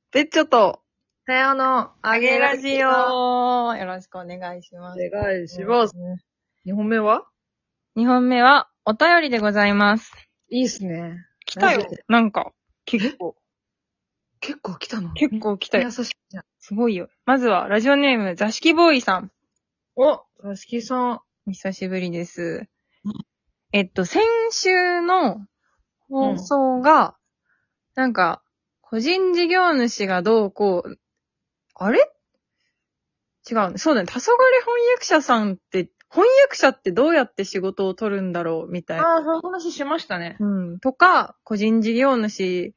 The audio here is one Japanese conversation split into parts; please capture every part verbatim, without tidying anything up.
ペッチョと、 さよの、 ああげラジオ。 オ。 よろしくお願いしまおす。 願いします。にほんめはにほんめは、お便りでございます。 いいっすね。 来たよマジで。 なんか、結構。 結構来たの結構来たよ。 優しいじゃん。 すごいよ。まずは、ラジオネーム、座敷ボーイさん。 お、さしきさん。 お久しぶりです。 うんえっと、先週の放送が、なんか、個人事業主がどうこう、あれ違うね。そうだね。黄昏翻訳者さんって、翻訳者ってどうやって仕事を取るんだろうみたいな。 ああ、そういう話しましたね。 うん。とか、個人事業主って、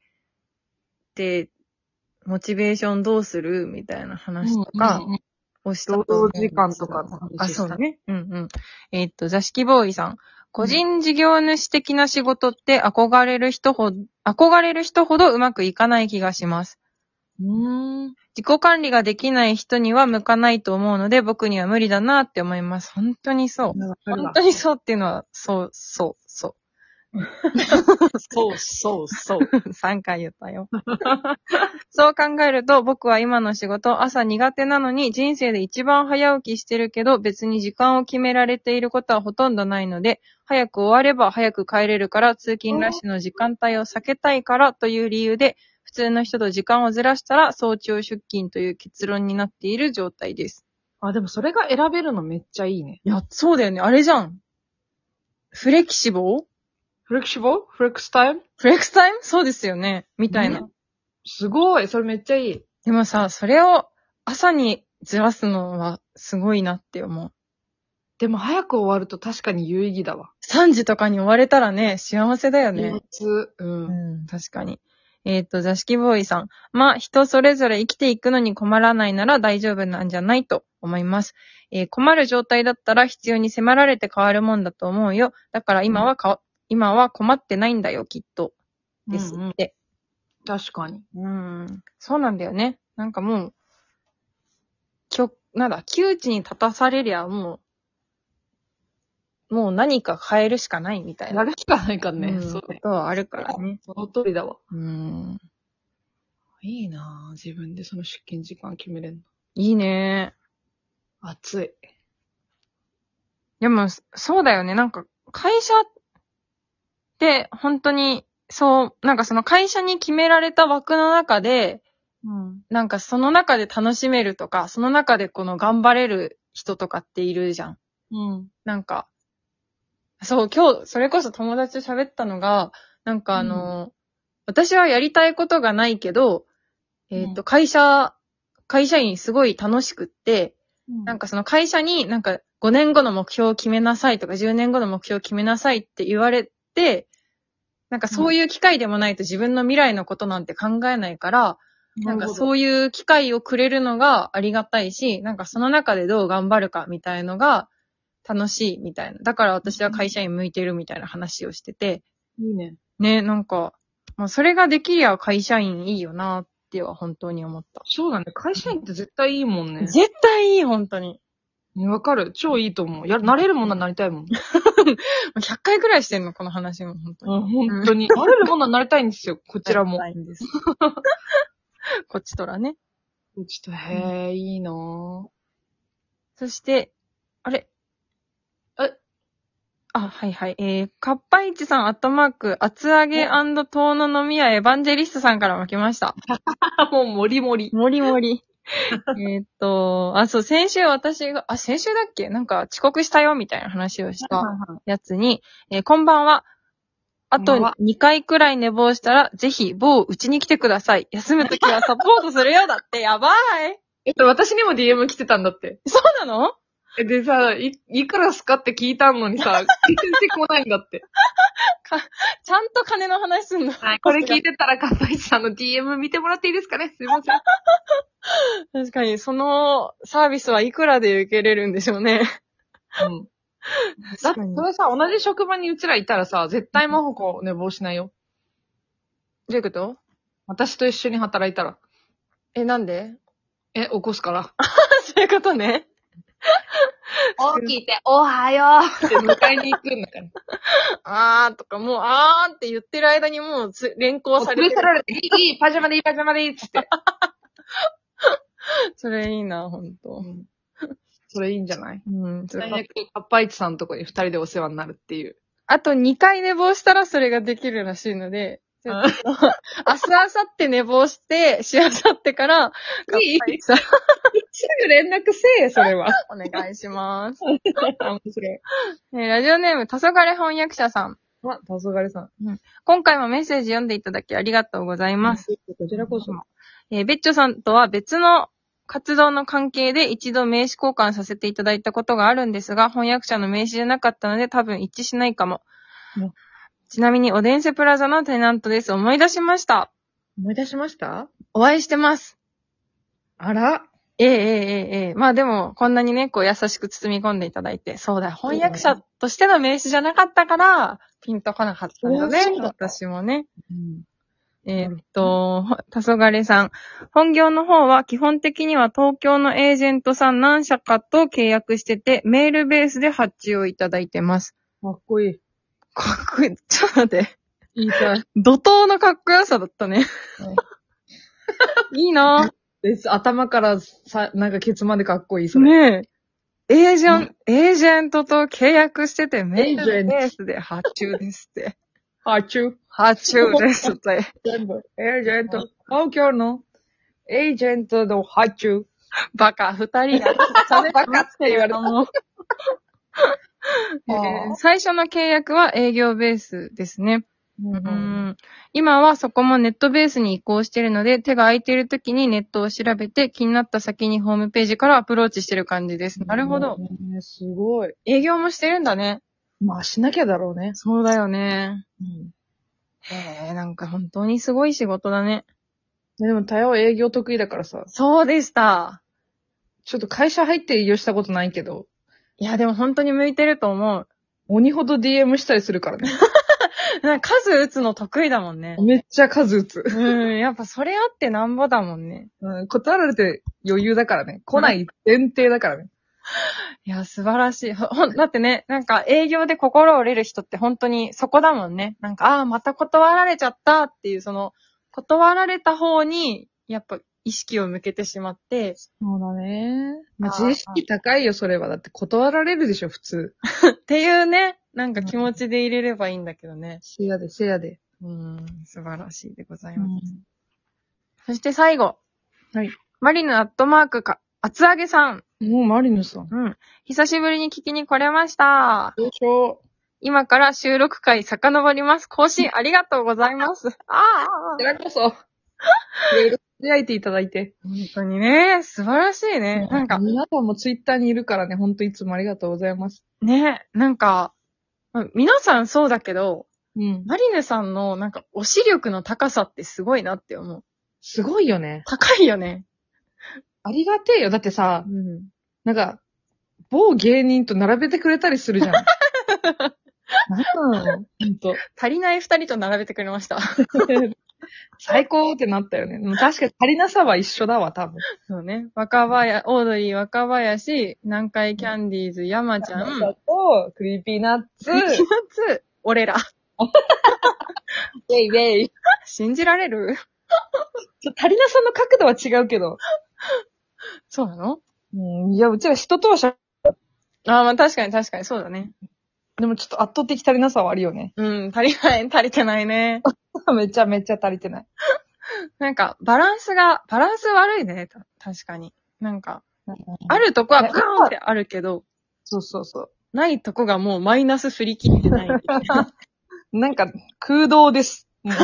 モチベーションどうするみたいな話とかうんうんうんをしたと思うんです労働時間とかの話あ、 したそうね。うんうん。えーっと、座敷ボーイさん。個人事業主的な仕事って憧れる人ほど、憧れる人ほどうまくいかない気がします。 うーん。 自己管理ができない人には向かないと思うので、僕には無理だなって思います。本当にそう。本当にそうっていうのは、そう、そう、そう。 そうそうそう。 さんかい言ったよ。そう考えると、僕は今の仕事、朝苦手なのに人生で一番早起きしてるけど、別に時間を決められていることはほとんどないので、早く終われば早く帰れるから、通勤ラッシュの時間帯を避けたいからという理由で、普通の人と時間をずらしたら早朝出勤という結論になっている状態です。 あ、でもそれが選べるのめっちゃいいね。 いや、そうだよね。あれじゃん。フレキシボーフレキシブルフレックスタイムフレックスタイムそうですよね。みたいな。 すごい。それめっちゃいい。 でもさ、それを朝にずらすのはすごいなって思う。 でも早く終わると確かに有意義だわ。 さんじとかに終われたらね、幸せだよね。 憂鬱。う。 うんん、確かに。えっと、座敷ボーイさん。まあ、人それぞれ生きていくのに困らないなら大丈夫なんじゃないと思います。えー困る状態だったら必要に迫られて変わるもんだと思うよ。だから今はか、今は困ってないんだよ、きっと。ですうんうん。 って。 確かに。 うん。そうなんだよね。なんかもう、きょ、なんだ、窮地に立たされりゃもう、もう何か変えるしかないみたいな。 やるしかないからね。 うん、 そうね。 ことはあるからね。 その通りだわ。 うん。 いいなぁ。自分でその出勤時間決めれんの。 いいね。 暑い。 でも、そうだよね。なんか、会社って本当に、そう、なんかその会社に決められた枠の中で、 うん。 なんかその中で楽しめるとか、その中でこの頑張れる人とかっているじゃん。 うん。 なんか、そう、今日、それこそ友達と喋ったのが、なんかあの、私はやりたいことがないけど、えっと、 うん会社、会社員すごい楽しくって、 うん。 なんかその会社になんかごねんごの目標を決めなさいとかじゅうねんごの目標を決めなさいって言われて、なんかそういう機会でもないと自分の未来のことなんて考えないから、なんかそういう機会をくれるのがありがたいし、なんかその中でどう頑張るかみたいのが楽しいみたいな。だから私は会社員向いてるみたいな話をしてて、 いいね。 ね、なんか、まあそれができりゃ会社員いいよなっては本当に思った。 そうだね。会社員って絶対いいもんね。 絶対いい、本当に。 わかる。超いいと思う。や、なれるもんならなりたいもん。 ひゃっかいくらいしてんの、この話も、本当に。 うん、本当に。なれるもんならなりたいんですよ。こちらも。 なりたいんです。こっちとらね。 ちょっと、へえ、いいなぁ。 そして、あれえあ、はいはい。えー、かっぱいちさん、アットマーク、厚揚げ遠野飲み屋エヴァンジェリストさんからも来ました。 あ、もう、もりもり。 もりもり。えーっと、あ、そう、先週私が、あ、先週だっけなんか遅刻したよみたいな話をしたやつに、えーこんばんは。あとこんばんはにかいくらい寝坊したら、ぜひ、某うちに来てください。休むときはサポートするよだって、やばい。 えっと、私にも ディーエム 来てたんだって。 そうなのえでさ、い、いくらすかって聞いたのにさ、全然来ないんだって。 ちゃんと金の話すんの。 はい。これ聞いてたら、かっぱいちさんの ディーエム 見てもらっていいですかねすいません。 確かに、そのサービスはいくらで受けれるんでしょうね。 うん。だって、 確かに。 それさ、同じ職場にうちらいたらさ、絶対マホコ寝坊しないよ。 どういうこと私と一緒に働いたら。 え、なんでえ、起こすから。 そういうことね。 起きて、おはようって迎えに行くんだから。 あーとか、もう、あーって言ってる間にもうつ連行されてる。 連れ去られて、いい、いい、パジャマでいい、パジャマでいいっつって。 それいいな、ほんと。 それいいんじゃない？ うん。 最悪、カッパイチさんのとこに二人でお世話になるっていう。 あとにかい寝坊したらそれができるらしいので、 うん明日、明後日寝坊して、しあさってから、 いいカッパイチさんすぐ連絡せえ、それは。 お願いします。 面白い。 えーラジオネーム、黄昏翻訳者さん。 あ、たそがれさん。 今回もメッセージ読んでいただきありがとうございます。 こちらこそ。 えーベッチョさんとは別の活動の関係で一度名刺交換させていただいたことがあるんですが、翻訳者の名刺じゃなかったので多分一致しないかも。 うんちなみに、オデンセプラザのテナントです。思い出しました。 思い出しました？ お会いしてます。 あら。 ええええええええまあでも、こんなにね、こう優しく包み込んでいただいて、そうだ、翻訳者としての名刺じゃなかったから、ピンとこなかったんだねそうだ。 私もね。 うん。 えーっと、たそがれさん。本業の方は基本的には東京のエージェントさん何社かと契約してて、メールベースで発注をいただいてます。 かっこいい。 かっこいい。ちょっと待って。 言いたい。 怒涛のかっこよさだったね。いいなです。頭からさ、なんかケツまでかっこいい、 ぁ。 それ。 ねえ。エージェント、エージェントと契約してて、メールベースで発注ですって。 発注。 発注ですって。 全部。エージェント。東京のエージェントの発注。 バカ二人が。 バカって言われた。 もうえー最初の契約は営業ベースですね。 うんうん今はそこもネットベースに移行しているので、手が空いている時にネットを調べて気になった先にホームページからアプローチしてる感じです。なるほど。 ね、すごい。 営業もしてるんだね。 まあ、しなきゃだろうね。 そうだよね。 うん。 へえ、なんか本当にすごい仕事だね。 でも、多様営業得意だからさ。 そうでした。 ちょっと会社入って営業したことないけど、 いや、でも本当に向いてると思う。 鬼ほど ディーエム したりするからね。 なんか数打つの得意だもんね。 めっちゃ数打つ。 うん、やっぱそれあってなんぼだもんね。 うん、断られて余裕だからね。来ない前提だからね。 いや、素晴らしい。ほほんだってね、なんか営業で心折れる人って本当にそこだもんね。なんか、ああ、また断られちゃったっていう、その、断られた方に、やっぱ意識を向けてしまって、 そうだね。まあ、 あー自意識高いよ、それは。だって断られるでしょ、普通。 っていうね、なんか気持ちで入れればいいんだけどね。 せやで、せやで。 うん、素晴らしいでございうん。 ます。そして最後。 はい。 マリヌアットマークか、厚揚げさん。 もうマリヌさん。 うん。久しぶりに聞きに来れました。 どうしよう。 今から収録回遡ります。更新ありがとうございます。ああ。 こちらこそ。いろいろつぶやいていただいて。 本当にね、素晴らしいね。なんか、 皆さんもツイッターにいるからね、ほんといつもありがとうございます。 ね、なんか、ま皆さんそうだけど、 うん。 マリネさんのなんか推し力の高さってすごいなって思う。 すごいよね。 高いよね。 ありがてえよ。だってさ、 うん。 なんか、某芸人と並べてくれたりするじゃん。なんなのほんと。 足りない二人と並べてくれました。 最高ってなったよね。でも確かに足りなさは一緒だわ、多分。 そうね。若林、オードリー若林、南海キャンディーズ山ちゃん、 と、クリーピーナッツ、 ピーナッツ、俺ら。 ウェイウェイ。 信じられる？ ちょ足りなさの角度は違うけど。 そうなの？ うん、いや、うちら人とはしゃ、 ああ、まあ確かに確かにそうだね。 でもちょっと圧倒的足りなさはあるよね。 うん、足りない、足りてないね。 めちゃめちゃ足りてない。 なんか、バランスが、バランス悪いね。た確かに。なんか、あるとこはパーンってあるけど、 そうそうそう。 ないとこがもうマイナス振り切ってない。 なんか、空洞です。もう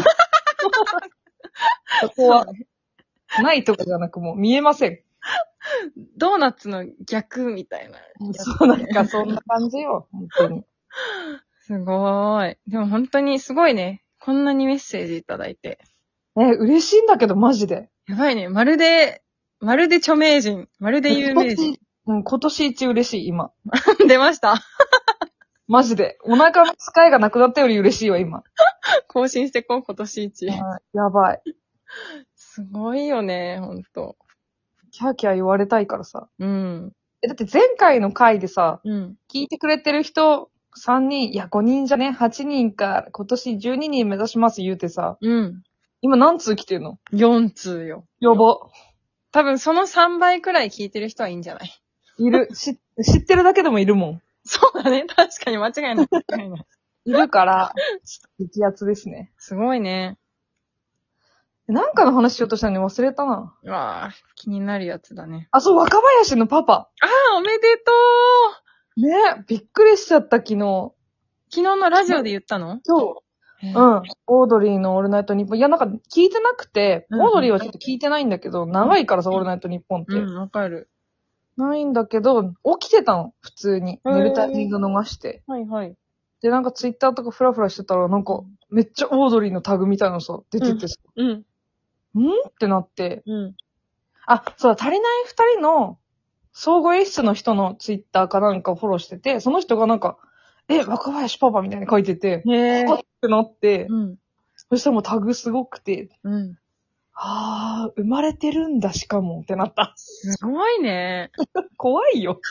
そこは、ないとかじゃなくもう見えません。 ドーナツの逆みたいな。 そう、なんかそんな感じよ。本当に。 すごーい。でも本当にすごいね。こんなにメッセージいただいて。 え、嬉しいんだけど、マジで。 やばいね。まるで、まるで著名人。まるで有名人。 うん、今年一嬉しい、今。 出ました。 マジで。お腹の使いがなくなったより嬉しいわ、今。 更新してこう、今年一。 やばい。 すごいよね、ほんと。 キャーキャー言われたいからさ。 うん。 え、だって前回の回でさ、 うん。 聞いてくれてる人さんにん、いやごにんじゃね、はちにんか、今年じゅうににん目指します言うてさ、 うん。 今何通来てるの？ よん通よ。 やば。 多分そのさんばいくらい聞いてる人はいいんじゃない？ いる。し、知ってるだけでもいるもん。 そうだね。確かに間違いない。間違いない。 いるから、激アツですね。 すごいね。 なんかの話しようとしたのに忘れたな。 うわぁ、気になるやつだね。 あ、そう、若林のパパ。 ああ、おめでとう。 ね、びっくりしちゃった、昨日。 昨日のラジオで言ったの？ そう。 ううん。オードリーのオールナイトニッポン。いや、なんか聞いてなくて、 うんオードリーはちょっと聞いてないんだけど、長いからさ、オールナイトニッポンって。 うん、わかる。 ないんだけど、起きてたの、普通に。 へー寝るタイミング逃して。 はいはい。 で、なんかツイッターとかフラフラしてたら、なんか、めっちゃオードリーのタグみたいなのさ、出ててさ、 うん。 んってなって。 うん。 あ、そうだ、足りない二人の、総合演出の人のツイッターかなんかをフォローしてて、その人がなんか、え、若林パパみたいに書いてて、 へはっってなって、 うん。 そしたらもうタグすごくて、 うん。 あー、生まれてるんだしかもってなった。 すごいね。 怖いよ。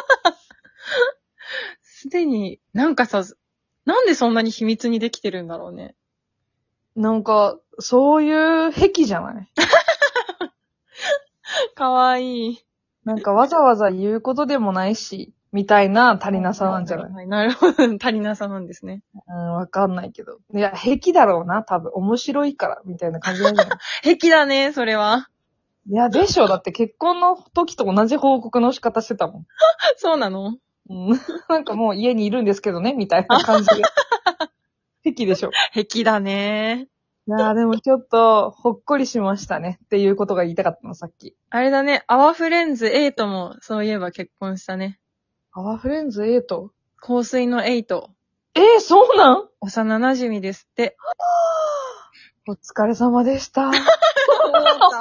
すでに、なんかさ、なんでそんなに秘密にできてるんだろうね。 なんか、そういう癖じゃない？ かわいい。 なんかわざわざ言うことでもないし、みたいな足りなさなんじゃない？ はい、なるほど。足りなさなんですね。 うん、わかんないけど。いや、癖だろうな、多分。面白いから、みたいな感じなんじゃない？ 癖だね、それは。 いや、でしょ。だって結婚の時と同じ報告の仕方してたもん。 そうなの？ うん。なんかもう家にいるんですけどね、みたいな感じで。癖でしょ。 癖だね。 いやーでもちょっと、ほっこりしましたね。っていうことが言いたかったの、さっき。 あれだね、アワフレンズエイトもそういえば結婚したね。 アワフレンズエイト。 香水のエイト。 えー、そうなん幼馴染ですって。 お疲れ様でした。